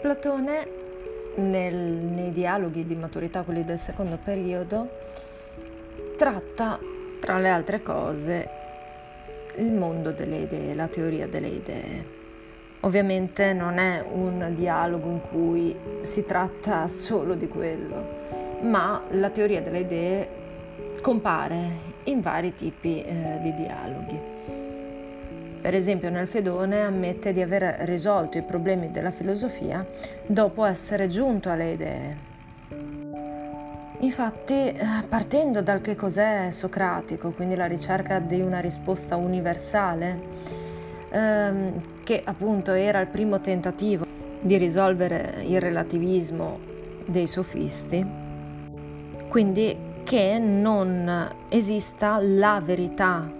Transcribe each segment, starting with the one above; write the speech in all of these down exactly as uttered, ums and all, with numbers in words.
Platone, nel, nei dialoghi di maturità, quelli del secondo periodo, tratta, tra le altre cose, il mondo delle idee, la teoria delle idee. Ovviamente non è un dialogo in cui si tratta solo di quello, ma la teoria delle idee compare in vari tipi eh, di dialoghi. Per esempio nel Fedone ammette di aver risolto i problemi della filosofia dopo essere giunto alle idee. Infatti, partendo dal che cos'è socratico, quindi la ricerca di una risposta universale, ehm, che appunto era il primo tentativo di risolvere il relativismo dei sofisti, quindi che non esista la verità,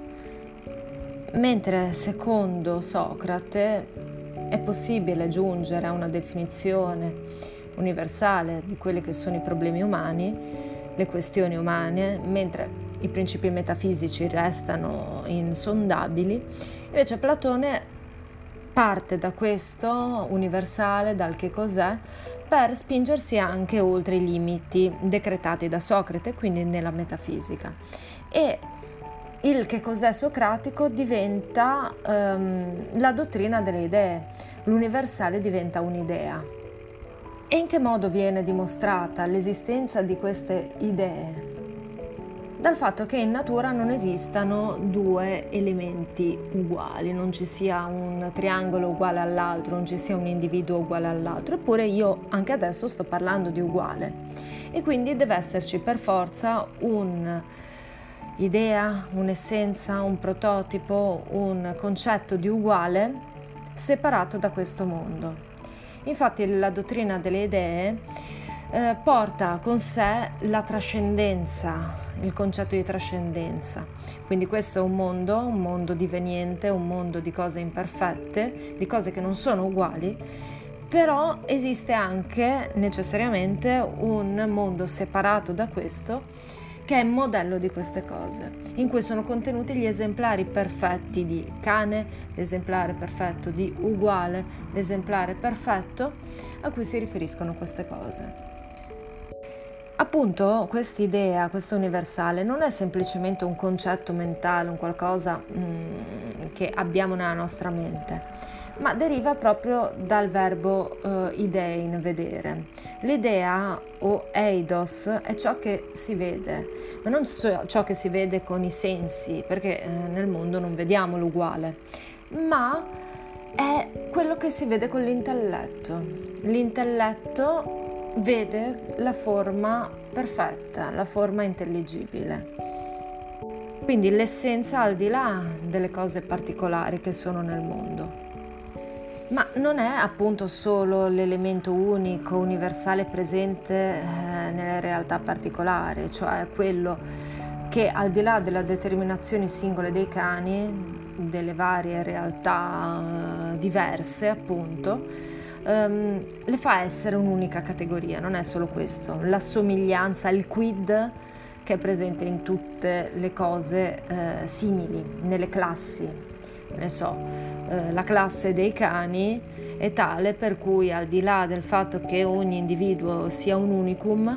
mentre secondo Socrate è possibile giungere a una definizione universale di quelli che sono i problemi umani, le questioni umane, mentre i principi metafisici restano insondabili. Invece Platone parte da questo universale, dal che cos'è, per spingersi anche oltre i limiti decretati da Socrate, quindi nella metafisica. E il che cos'è socratico diventa um, la dottrina delle idee, l'universale diventa un'idea. E in che modo viene dimostrata l'esistenza di queste idee? Dal fatto che in natura non esistano due elementi uguali, non ci sia un triangolo uguale all'altro, non ci sia un individuo uguale all'altro, eppure io anche adesso sto parlando di uguale. E quindi deve esserci per forza un idea, un'essenza, un prototipo, un concetto di uguale separato da questo mondo. Infatti la dottrina delle idee eh, porta con sé la trascendenza, il concetto di trascendenza. Quindi questo è un mondo, un mondo diveniente, un mondo di cose imperfette, di cose che non sono uguali, però esiste anche necessariamente un mondo separato da questo, che è il modello di queste cose, in cui sono contenuti gli esemplari perfetti di cane, l'esemplare perfetto di uguale, l'esemplare perfetto a cui si riferiscono queste cose. Appunto, quest'idea, questo universale, non è semplicemente un concetto mentale, un qualcosa mm, che abbiamo nella nostra mente, ma deriva proprio dal verbo uh, idein, vedere. L'idea o eidos è ciò che si vede, ma non ciò che si vede con i sensi, perché eh, nel mondo non vediamo l'uguale, ma è quello che si vede con l'intelletto. L'intelletto vede la forma perfetta, la forma intelligibile. Quindi l'essenza al di là delle cose particolari che sono nel mondo. Ma non è appunto solo l'elemento unico, universale presente eh, nelle realtà particolari, cioè quello che al di là delle determinazioni singole dei cani, delle varie realtà eh, diverse appunto, ehm, le fa essere un'unica categoria. Non è solo questo, la somiglianza, il quid che è presente in tutte le cose eh, simili, nelle classi. Ne so, eh, la classe dei cani è tale per cui al di là del fatto che ogni individuo sia un unicum,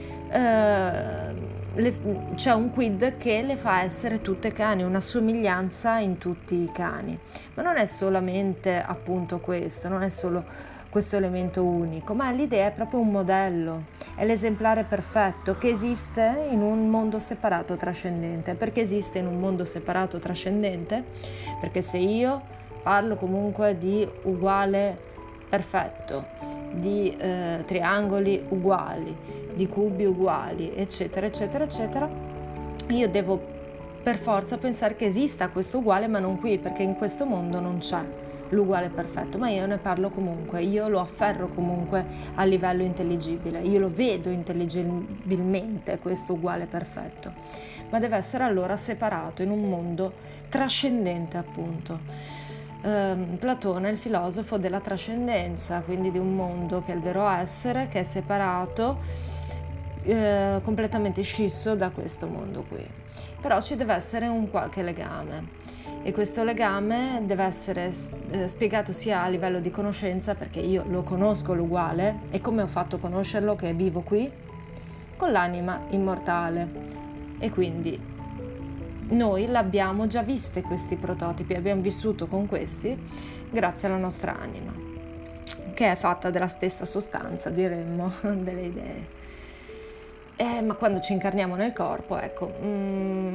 eh, le, c'è un quid che le fa essere tutte cani, una somiglianza in tutti i cani. Ma non è solamente appunto questo, non è solo questo elemento unico, ma l'idea è proprio un modello, è l'esemplare perfetto che esiste in un mondo separato trascendente. Perché esiste in un mondo separato trascendente? Perché se io parlo comunque di uguale perfetto, di eh, triangoli uguali, di cubi uguali, eccetera, eccetera, eccetera, io devo per forza pensare che esista questo uguale, ma non qui, perché in questo mondo non c'è l'uguale perfetto, ma io ne parlo comunque, io lo afferro comunque a livello intelligibile, io lo vedo intelligibilmente questo uguale perfetto, ma deve essere allora separato in un mondo trascendente appunto. Um, Platone è il filosofo della trascendenza, quindi di un mondo che è il vero essere, che è separato, eh, completamente scisso da questo mondo qui. però ci deve essere un qualche legame. E questo legame deve essere eh, spiegato sia a livello di conoscenza, perché io lo conosco l'uguale, e come ho fatto a conoscerlo che vivo qui? Con l'anima immortale. E quindi noi l'abbiamo già viste questi prototipi, abbiamo vissuto con questi grazie alla nostra anima, che è fatta della stessa sostanza, diremmo, delle idee. Eh, ma quando ci incarniamo nel corpo, ecco, mm,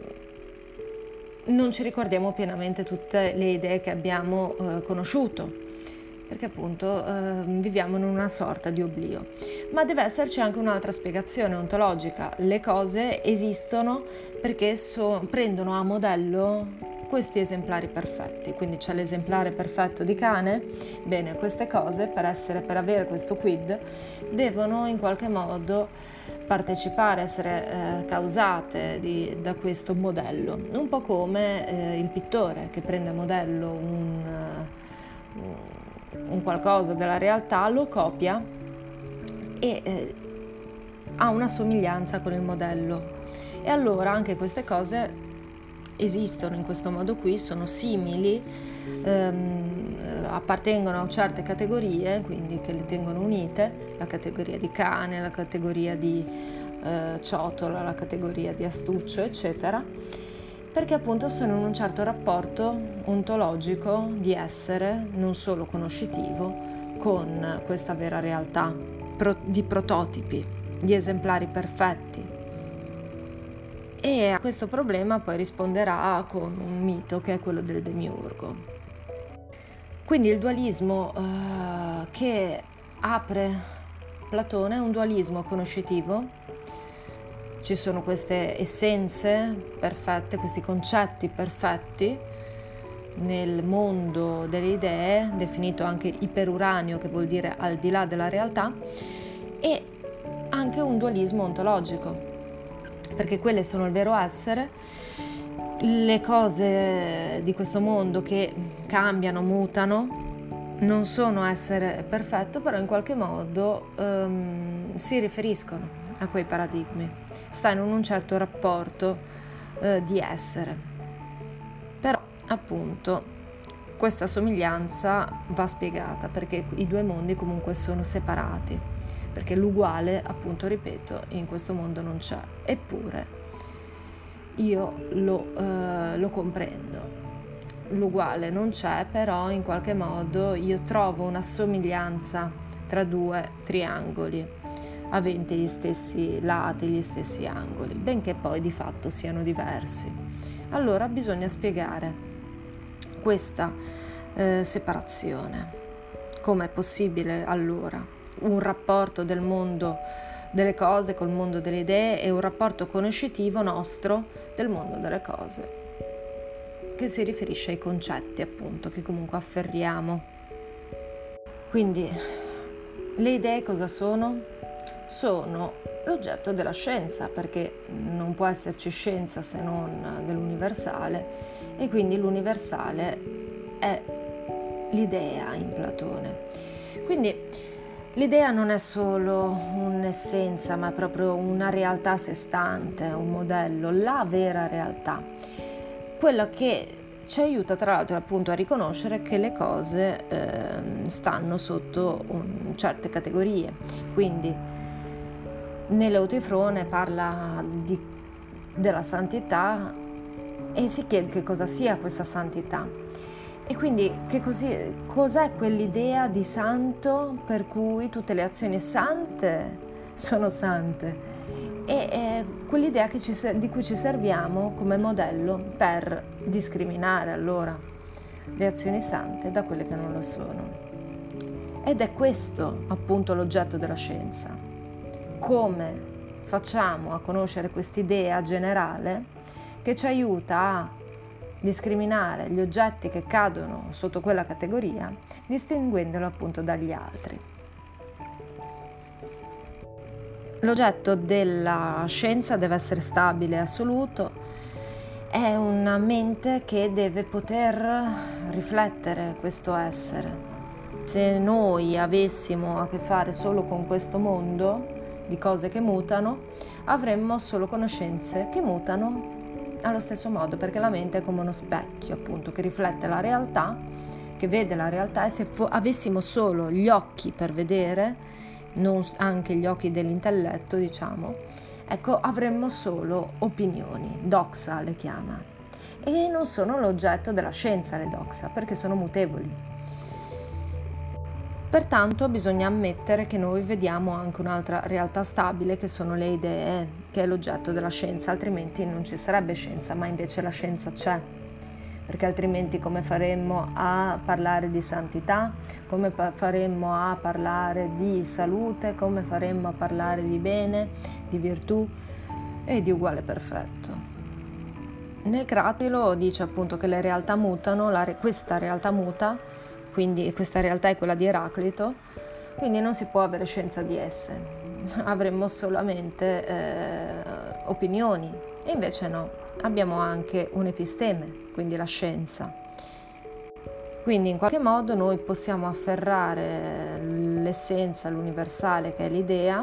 non ci ricordiamo pienamente tutte le idee che abbiamo eh, conosciuto, perché appunto eh, viviamo in una sorta di oblio. Ma deve esserci anche un'altra spiegazione ontologica. Le cose esistono perché so, prendono a modello questi esemplari perfetti. Quindi c'è l'esemplare perfetto di cane. Bene, queste cose, per essere, per avere questo quid, devono in qualche modo partecipare, essere eh, causate di, da questo modello, un po' come eh, il pittore che prende a modello un, uh, un qualcosa della realtà, lo copia e eh, ha una somiglianza con il modello. E allora anche queste cose esistono in questo modo qui, sono simili, ehm, appartengono a certe categorie, quindi che le tengono unite, la categoria di cane, la categoria di eh, ciotola, la categoria di astuccio, eccetera, perché appunto sono in un certo rapporto ontologico di essere, non solo conoscitivo, con questa vera realtà pro- di prototipi, di esemplari perfetti. E a questo problema poi risponderà con un mito che è quello del demiurgo. Quindi il dualismo uh, che apre Platone è un dualismo conoscitivo. Ci sono queste essenze perfette, questi concetti perfetti nel mondo delle idee, definito anche iperuranio, che vuol dire al di là della realtà, e anche un dualismo ontologico, perché quelle sono il vero essere, le cose di questo mondo che cambiano, mutano, non sono essere perfetto, però in qualche modo um, si riferiscono a quei paradigmi, stanno in un certo rapporto uh, di essere. Però appunto questa somiglianza va spiegata, perché i due mondi comunque sono separati, perché l'uguale, appunto, ripeto, in questo mondo non c'è, eppure io lo, eh, lo comprendo. L'uguale non c'è, però in qualche modo io trovo una somiglianza tra due triangoli aventi gli stessi lati, gli stessi angoli, benché poi di fatto siano diversi. Allora bisogna spiegare questa eh, separazione. Com'è possibile allora un rapporto del mondo delle cose col mondo delle idee e un rapporto conoscitivo nostro del mondo delle cose, che si riferisce ai concetti, appunto, che comunque afferriamo. Quindi le idee cosa sono? Sono l'oggetto della scienza, perché non può esserci scienza se non dell'universale, e quindi l'universale è l'idea in Platone. Quindi l'idea non è solo un'essenza, ma è proprio una realtà a sé stante, un modello, la vera realtà, quella che ci aiuta tra l'altro appunto a riconoscere che le cose eh, stanno sotto un, certe categorie. Quindi nell'Eutifrone parla di, della santità e si chiede che cosa sia questa santità. E quindi che così, cos'è quell'idea di santo per cui tutte le azioni sante sono sante? E è quell'idea che ci, di cui ci serviamo come modello per discriminare allora le azioni sante da quelle che non lo sono. Ed è questo appunto l'oggetto della scienza. Come facciamo a conoscere quest'idea generale che ci aiuta a discriminare gli oggetti che cadono sotto quella categoria, distinguendolo appunto dagli altri. L'oggetto della scienza deve essere stabile e assoluto, è una mente che deve poter riflettere questo essere. Se noi avessimo a che fare solo con questo mondo di cose che mutano, avremmo solo conoscenze che mutano allo stesso modo, perché la mente è come uno specchio, appunto, che riflette la realtà, che vede la realtà, e se fo- avessimo solo gli occhi per vedere, non anche gli occhi dell'intelletto, diciamo, ecco, avremmo solo opinioni, doxa le chiama, e non sono l'oggetto della scienza le doxa, perché sono mutevoli. Pertanto bisogna ammettere che noi vediamo anche un'altra realtà stabile, che sono le idee, che è l'oggetto della scienza, altrimenti non ci sarebbe scienza, ma invece la scienza c'è. Perché altrimenti come faremmo a parlare di santità, come pa- faremmo a parlare di salute, come faremmo a parlare di bene, di virtù e di uguale perfetto. Nel Cratilo dice appunto che le realtà mutano, la re- questa realtà muta, quindi questa realtà è quella di Eraclito, quindi non si può avere scienza di esse, avremmo solamente eh, opinioni, e invece no, abbiamo anche un episteme, quindi la scienza. Quindi in qualche modo noi possiamo afferrare l'essenza, l'universale, che è l'idea,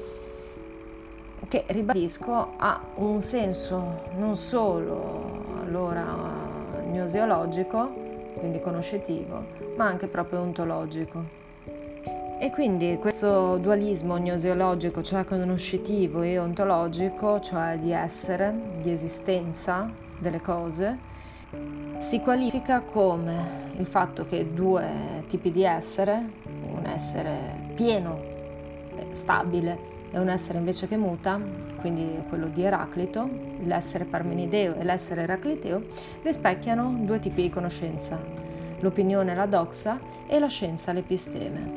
che, ribadisco, ha un senso non solo allora gnoseologico, quindi conoscitivo, ma anche proprio ontologico. E quindi questo dualismo gnoseologico, cioè conoscitivo, e ontologico, cioè di essere, di esistenza delle cose, si qualifica come il fatto che due tipi di essere, un essere pieno, stabile, e un essere invece che muta, quindi quello di Eraclito, l'essere parmenideo e l'essere eracliteo, rispecchiano due tipi di conoscenza, l'opinione, la doxa, e la scienza, l'episteme.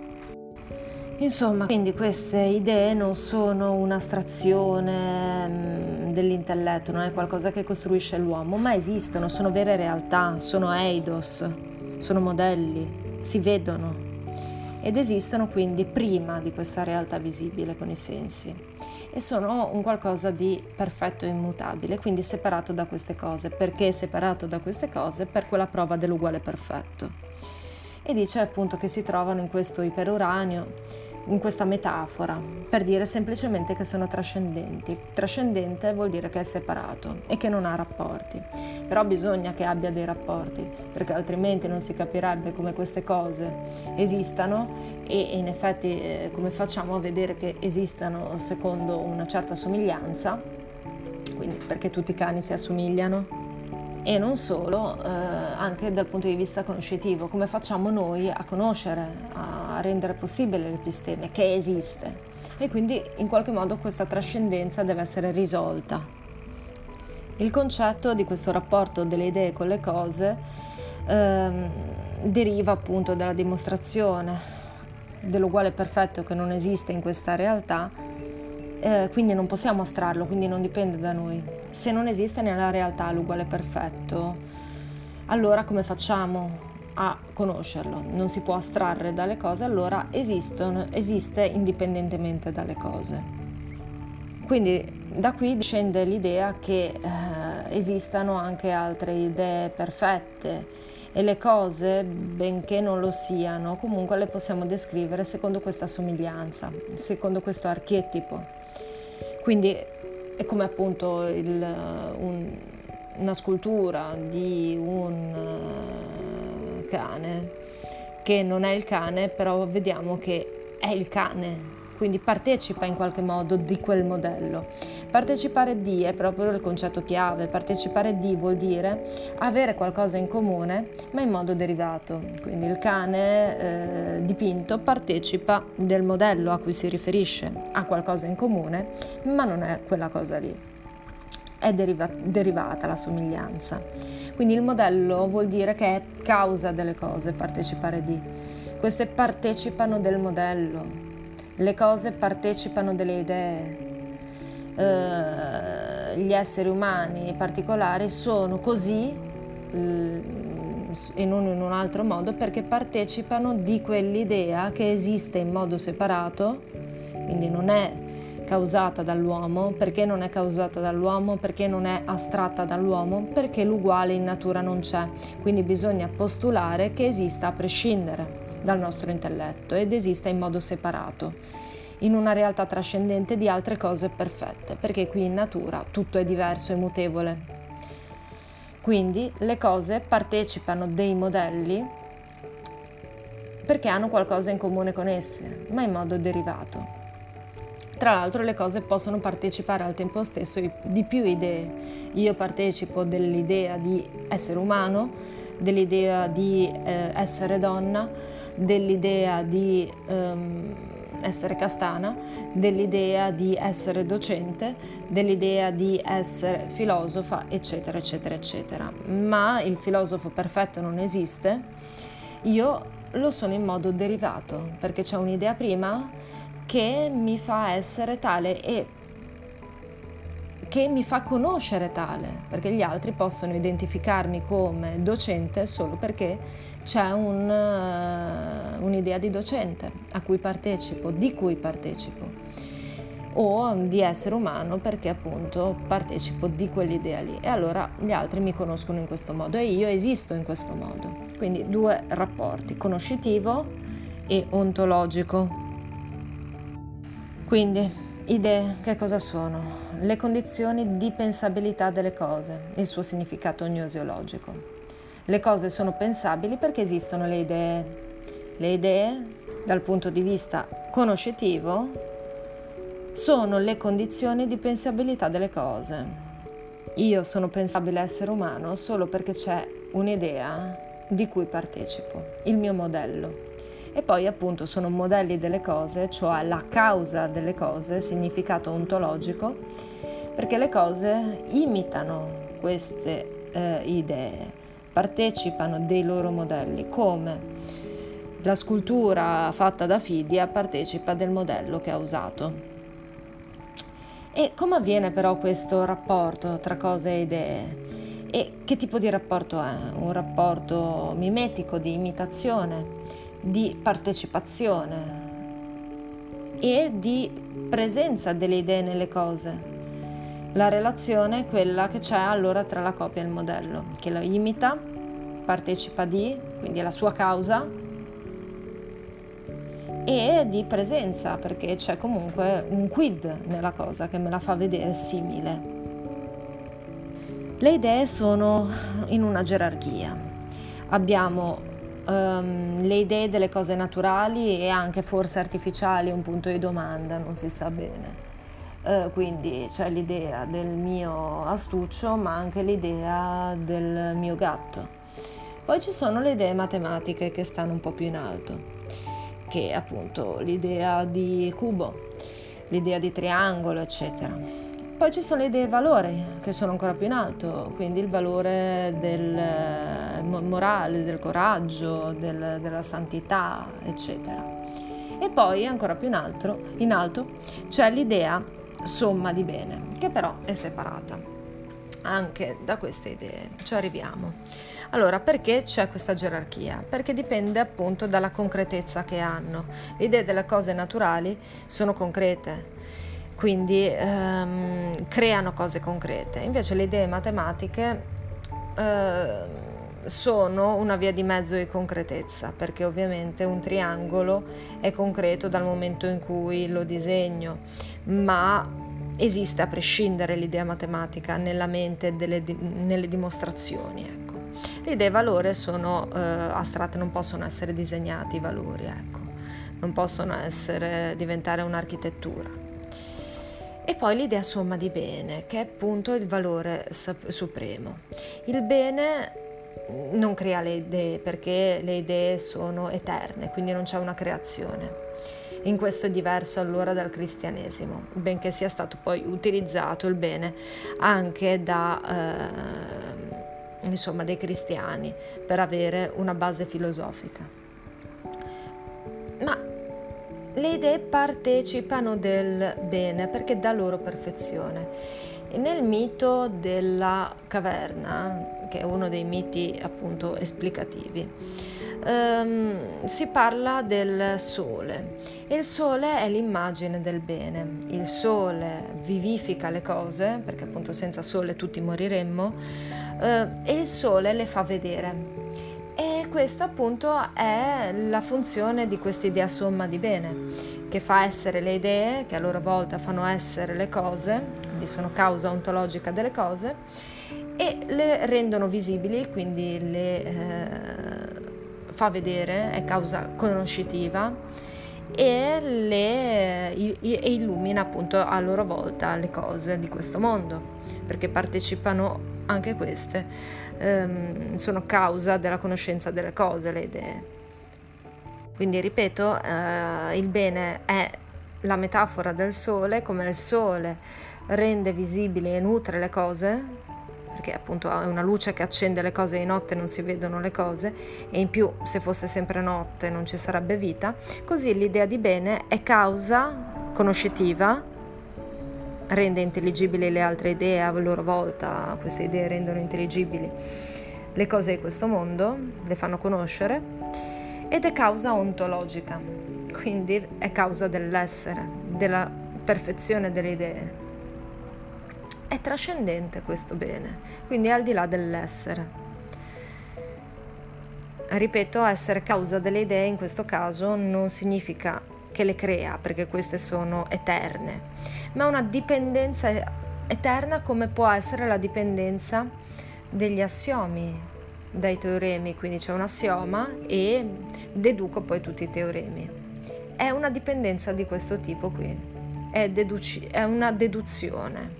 Insomma, quindi queste idee non sono un'astrazione mh, dell'intelletto, non è qualcosa che costruisce l'uomo, ma esistono, sono vere realtà, sono eidos, sono modelli, si vedono ed esistono quindi prima di questa realtà visibile con i sensi, e sono un qualcosa di perfetto e immutabile, quindi separato da queste cose. Perché separato da queste cose? Per quella prova dell'uguale perfetto. E dice appunto che si trovano in questo iperuranio, in questa metafora, per dire semplicemente che sono trascendenti. Trascendente vuol dire che è separato e che non ha rapporti, però bisogna che abbia dei rapporti, perché altrimenti non si capirebbe come queste cose esistano, e in effetti eh, come facciamo a vedere che esistano secondo una certa somiglianza, quindi perché tutti i cani si assomigliano. E non solo, eh, anche dal punto di vista conoscitivo, come facciamo noi a conoscere, a rendere possibile l'episteme, che esiste, e quindi in qualche modo questa trascendenza deve essere risolta. Il concetto di questo rapporto delle idee con le cose ehm, deriva appunto dalla dimostrazione dell'uguale perfetto che non esiste in questa realtà. Eh, quindi non possiamo astrarlo, quindi non dipende da noi. Se non esiste nella realtà l'uguale perfetto, allora come facciamo a conoscerlo? Non si può astrarre dalle cose, allora esistono, esiste indipendentemente dalle cose. Quindi da qui discende l'idea che eh, esistano anche altre idee perfette, e le cose, benché non lo siano, comunque le possiamo descrivere secondo questa somiglianza, secondo questo archetipo. Quindi è come appunto il, un, una scultura di un uh, cane, che non è il cane, però vediamo che è il cane, quindi partecipa in qualche modo di quel modello. Partecipare di è proprio il concetto chiave. Partecipare di vuol dire avere qualcosa in comune, ma in modo derivato. Quindi il cane eh, dipinto partecipa del modello a cui si riferisce, ha qualcosa in comune, ma non è quella cosa lì. È deriva- derivata la somiglianza. Quindi il modello vuol dire che è causa delle cose, partecipare di. Queste partecipano del modello. Le cose partecipano delle idee. Uh, gli esseri umani particolari sono così uh, e non in un altro modo perché partecipano di quell'idea che esiste in modo separato, quindi non è causata dall'uomo. Perché non è causata dall'uomo? Perché non è astratta dall'uomo? Perché l'uguale in natura non c'è, quindi bisogna postulare che esista a prescindere dal nostro intelletto ed esista in modo separato. in una realtà trascendente di altre cose perfette, perché qui in natura tutto è diverso e mutevole. Quindi le cose partecipano dei modelli perché hanno qualcosa in comune con esse, ma in modo derivato. Tra l'altro le cose possono partecipare al tempo stesso di più idee. Io partecipo dell'idea di essere umano, dell'idea di eh, essere donna, dell'idea di ehm, essere castana, dell'idea di essere docente, dell'idea di essere filosofa, eccetera, eccetera, eccetera. Ma il filosofo perfetto non esiste. Io lo sono in modo derivato, perché c'è un'idea prima che mi fa essere tale e che mi fa conoscere tale, perché gli altri possono identificarmi come docente solo perché c'è un, uh, un'idea di docente a cui partecipo, di cui partecipo, o di essere umano perché appunto partecipo di quell'idea lì, e allora gli altri mi conoscono in questo modo e io esisto in questo modo. Quindi due rapporti, conoscitivo e ontologico. Quindi, idee che cosa sono? Le condizioni di pensabilità delle cose, il suo significato gnoseologico. Le cose sono pensabili perché esistono le idee. Le idee, dal punto di vista conoscitivo, sono le condizioni di pensabilità delle cose. Io sono pensabile essere umano solo perché c'è un'idea di cui partecipo, il mio modello. E poi appunto sono modelli delle cose, cioè la causa delle cose, significato ontologico, perché le cose imitano queste eh, idee, partecipano dei loro modelli, come la scultura fatta da Fidia partecipa del modello che ha usato. E come avviene però questo rapporto tra cose e idee? E che tipo di rapporto è? Un rapporto mimetico, di imitazione, di partecipazione e di presenza delle idee nelle cose. La relazione è quella che c'è allora tra la copia e il modello, che lo imita, partecipa di, quindi è la sua causa, e di presenza, perché c'è comunque un quid nella cosa che me la fa vedere simile. Le idee sono in una gerarchia. Abbiamo Um, le idee delle cose naturali e anche forse artificiali, un punto di domanda, non si sa bene. Uh, quindi c'è l'idea del mio astuccio, ma anche l'idea del mio gatto. Poi ci sono le idee matematiche che stanno un po' più in alto, che è appunto l'idea di cubo, l'idea di triangolo, eccetera. Poi ci sono le idee valori, che sono ancora più in alto, quindi il valore del morale, del coraggio, del, della santità, eccetera. E poi ancora più in alto, in alto c'è l'idea somma di bene, che però è separata anche da queste idee. Ci arriviamo. Allora, perché c'è questa gerarchia? Perché dipende appunto dalla concretezza che hanno. Le idee delle cose naturali sono concrete, quindi ehm, creano cose concrete. Invece le idee matematiche eh, sono una via di mezzo di concretezza, perché ovviamente un triangolo è concreto dal momento in cui lo disegno, ma esiste a prescindere l'idea matematica nella mente delle, nelle dimostrazioni, ecco. Le idee valore sono eh, astratte, non possono essere disegnati i valori, ecco. Non possono essere, diventare un'architettura. E poi l'idea somma di bene, che è appunto il valore supremo. Il bene non crea le idee, perché le idee sono eterne, quindi non c'è una creazione. In questo è diverso allora dal cristianesimo, benché sia stato poi utilizzato il bene anche da eh, insomma dei cristiani per avere una base filosofica. Ma le idee partecipano del bene perché dà loro perfezione. E nel mito della caverna, che è uno dei miti appunto esplicativi, ehm, si parla del sole. E il sole è l'immagine del bene. Il sole vivifica le cose, perché appunto senza sole tutti moriremmo, eh, e il sole le fa vedere. E questa appunto è la funzione di questa idea somma di bene, che fa essere le idee, che a loro volta fanno essere le cose, quindi sono causa ontologica delle cose, e le rendono visibili, quindi le eh, fa vedere, è causa conoscitiva, e, le, e illumina appunto a loro volta le cose di questo mondo, perché partecipano anche queste, ehm, sono causa della conoscenza delle cose, le idee. Quindi ripeto, eh, il bene è la metafora del sole, come il sole rende visibili e nutre le cose, perché appunto è una luce che accende le cose, di notte non si vedono le cose, e in più se fosse sempre notte non ci sarebbe vita. Così l'idea di bene è causa conoscitiva, rende intelligibili le altre idee, a loro volta queste idee rendono intelligibili le cose di questo mondo, le fanno conoscere, ed è causa ontologica, quindi è causa dell'essere, della perfezione delle idee. È trascendente questo bene, quindi è al di là dell'essere. Ripeto, essere causa delle idee in questo caso non significa che le crea, perché queste sono eterne, ma una dipendenza eterna, come può essere la dipendenza degli assiomi dai teoremi. Quindi c'è un assioma e deduco poi tutti i teoremi. È una dipendenza di questo tipo qui, è, deduci- è una deduzione.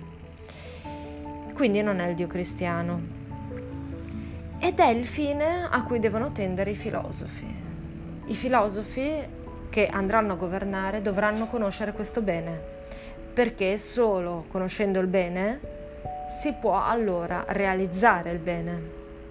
Quindi non è il Dio cristiano, ed è il fine a cui devono tendere i filosofi. I filosofi che andranno a governare dovranno conoscere questo bene, perché solo conoscendo il bene si può allora realizzare il bene.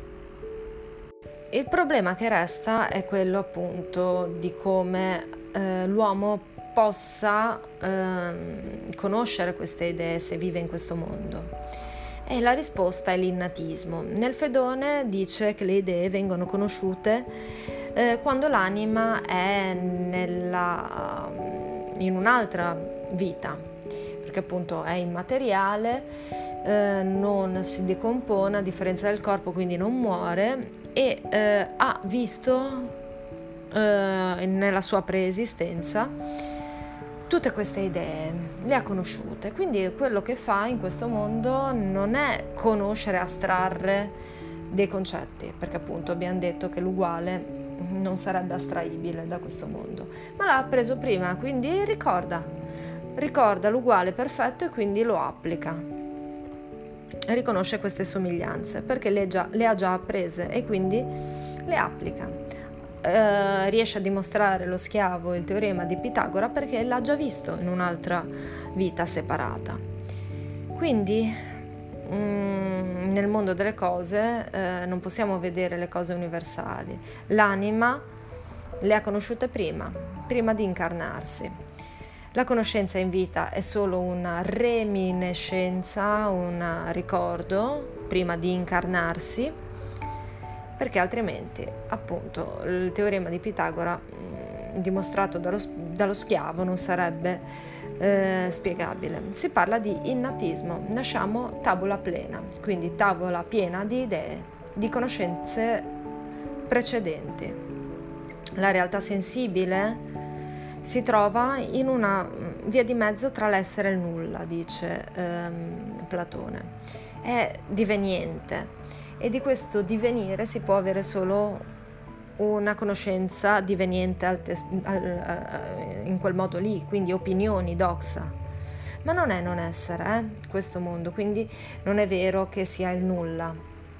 Il problema che resta è quello appunto di come eh, l'uomo possa eh, conoscere queste idee se vive in questo mondo. E la risposta è l'innatismo. Nel Fedone dice che le idee vengono conosciute eh, quando l'anima è nella, in un'altra vita, perché appunto è immateriale, eh, non si decompone a differenza del corpo, quindi non muore, e eh, ha visto eh, nella sua preesistenza tutte queste idee, le ha conosciute. Quindi quello che fa in questo mondo non è conoscere, astrarre dei concetti, perché appunto abbiamo detto che l'uguale non sarebbe astraibile da questo mondo, ma l'ha preso prima, quindi ricorda, ricorda l'uguale perfetto e quindi lo applica. Riconosce queste somiglianze perché le, già, le ha già apprese e quindi le applica. Uh, riesce a dimostrare lo schiavo il teorema di Pitagora perché l'ha già visto in un'altra vita separata. Quindi mm, nel mondo delle cose eh, non possiamo vedere le cose universali. L'anima le ha conosciute prima, prima di incarnarsi. La conoscenza in vita è solo una reminiscenza, un ricordo prima di incarnarsi, perché altrimenti appunto il teorema di Pitagora mh, dimostrato dallo, dallo schiavo non sarebbe eh, spiegabile. Si parla di innatismo, nasciamo tabula plena, quindi tavola piena di idee, di conoscenze precedenti. La realtà sensibile si trova in una via di mezzo tra l'essere e il nulla, dice ehm, Platone, è diveniente. E di questo divenire si può avere solo una conoscenza diveniente al tes- al, in quel modo lì, quindi opinioni, doxa. Ma non è non essere, eh, questo mondo, quindi non è vero che sia il nulla.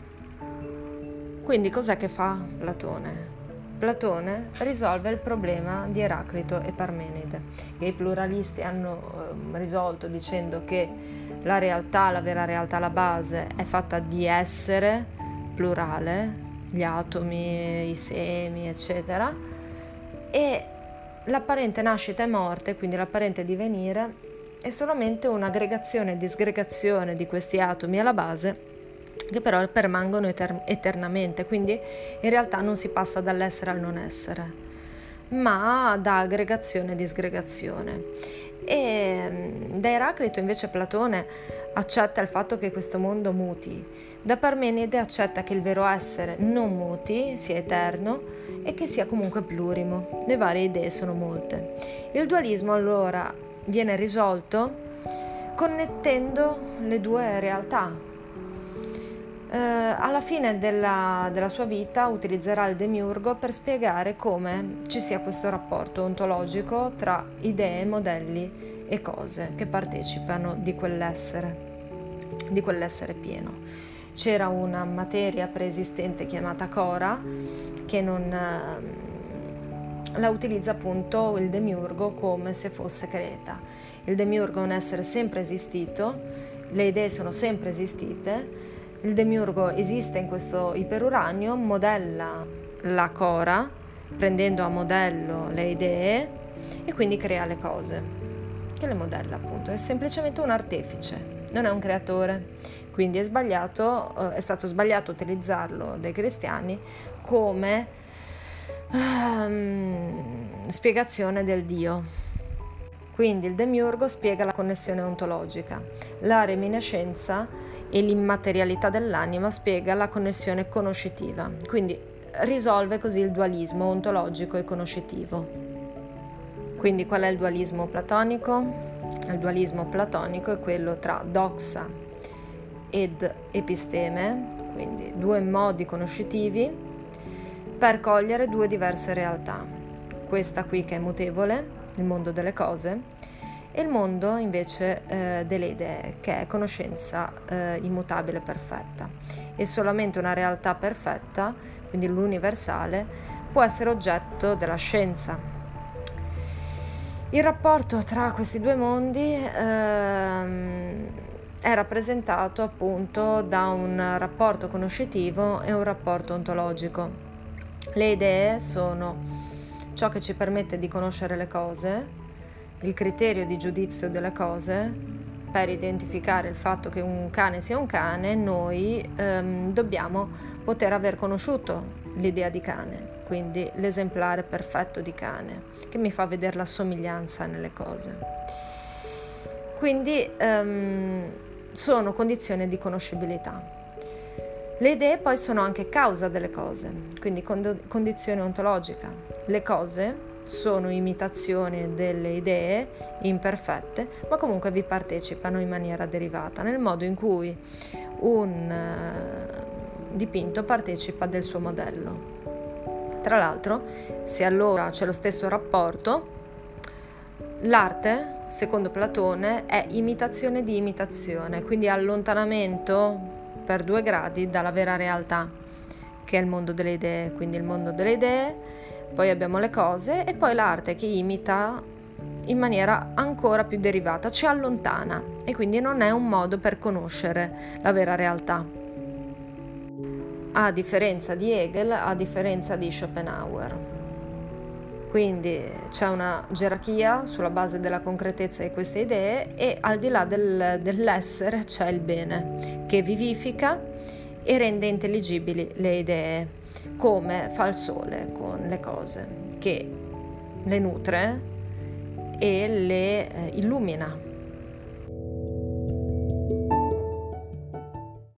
Quindi cos'è che fa Platone? Platone risolve il problema di Eraclito e Parmenide, che i pluralisti hanno eh, risolto dicendo che la realtà, la vera realtà, la base è fatta di essere, plurale, gli atomi, i semi, eccetera, e l'apparente nascita e morte, quindi l'apparente divenire, è solamente un'aggregazione e disgregazione di questi atomi alla base, che però permangono eter- eternamente, quindi in realtà non si passa dall'essere al non essere, ma da aggregazione e disgregazione. E da Eraclito invece Platone accetta il fatto che questo mondo muti, da Parmenide accetta che il vero essere non muti, sia eterno e che sia comunque plurimo. Le varie idee sono molte. Il dualismo allora viene risolto connettendo le due realtà. Eh, alla fine della, della sua vita utilizzerà il demiurgo per spiegare come ci sia questo rapporto ontologico tra idee, modelli e cose che partecipano di quell'essere, di quell'essere pieno. C'era una materia preesistente chiamata Cora che non eh, la utilizza appunto il demiurgo come se fosse Creta. Il demiurgo è un essere sempre esistito, le idee sono sempre esistite. Il demiurgo esiste in questo iperuranio, modella la Cora, prendendo a modello le idee e quindi crea le cose, che le modella appunto. È semplicemente un artefice, non è un creatore. Quindi è sbagliato, è stato sbagliato utilizzarlo dai cristiani come um, spiegazione del Dio. Quindi il demiurgo spiega la connessione ontologica, la reminiscenza e l'immaterialità dell'anima spiega la connessione conoscitiva, quindi risolve così il dualismo ontologico e conoscitivo. Quindi qual è il dualismo platonico? Il dualismo platonico è quello tra doxa ed episteme, quindi due modi conoscitivi per cogliere due diverse realtà. Questa qui che è mutevole, il mondo delle cose, e il mondo invece eh, delle idee, che è conoscenza eh, immutabile perfetta. E solamente una realtà perfetta, quindi l'universale, può essere oggetto della scienza. Il rapporto tra questi due mondi ehm, è rappresentato appunto da un rapporto conoscitivo e un rapporto ontologico. Le idee sono ciò che ci permette di conoscere le cose, il criterio di giudizio delle cose. Per identificare il fatto che un cane sia un cane, noi ehm, dobbiamo poter aver conosciuto l'idea di cane, quindi l'esemplare perfetto di cane, che mi fa vedere la somiglianza nelle cose. Quindi ehm, sono condizioni di conoscibilità. Le idee poi sono anche causa delle cose, quindi cond- condizione ontologica. Le cose sono imitazioni delle idee imperfette, ma comunque vi partecipano in maniera derivata, nel modo in cui un uh, dipinto partecipa del suo modello. Tra l'altro, se allora c'è lo stesso rapporto, l'arte, secondo Platone, è imitazione di imitazione, quindi allontanamento per due gradi dalla vera realtà, che è il mondo delle idee. Quindi il mondo delle idee, poi abbiamo le cose e poi l'arte che imita in maniera ancora più derivata, ci allontana e quindi non è un modo per conoscere la vera realtà. A differenza di Hegel, a differenza di Schopenhauer. Quindi c'è una gerarchia sulla base della concretezza di queste idee e al di là del, dell'essere c'è il bene che vivifica e rende intelligibili le idee, come fa il sole con le cose, che le nutre e le eh, illumina.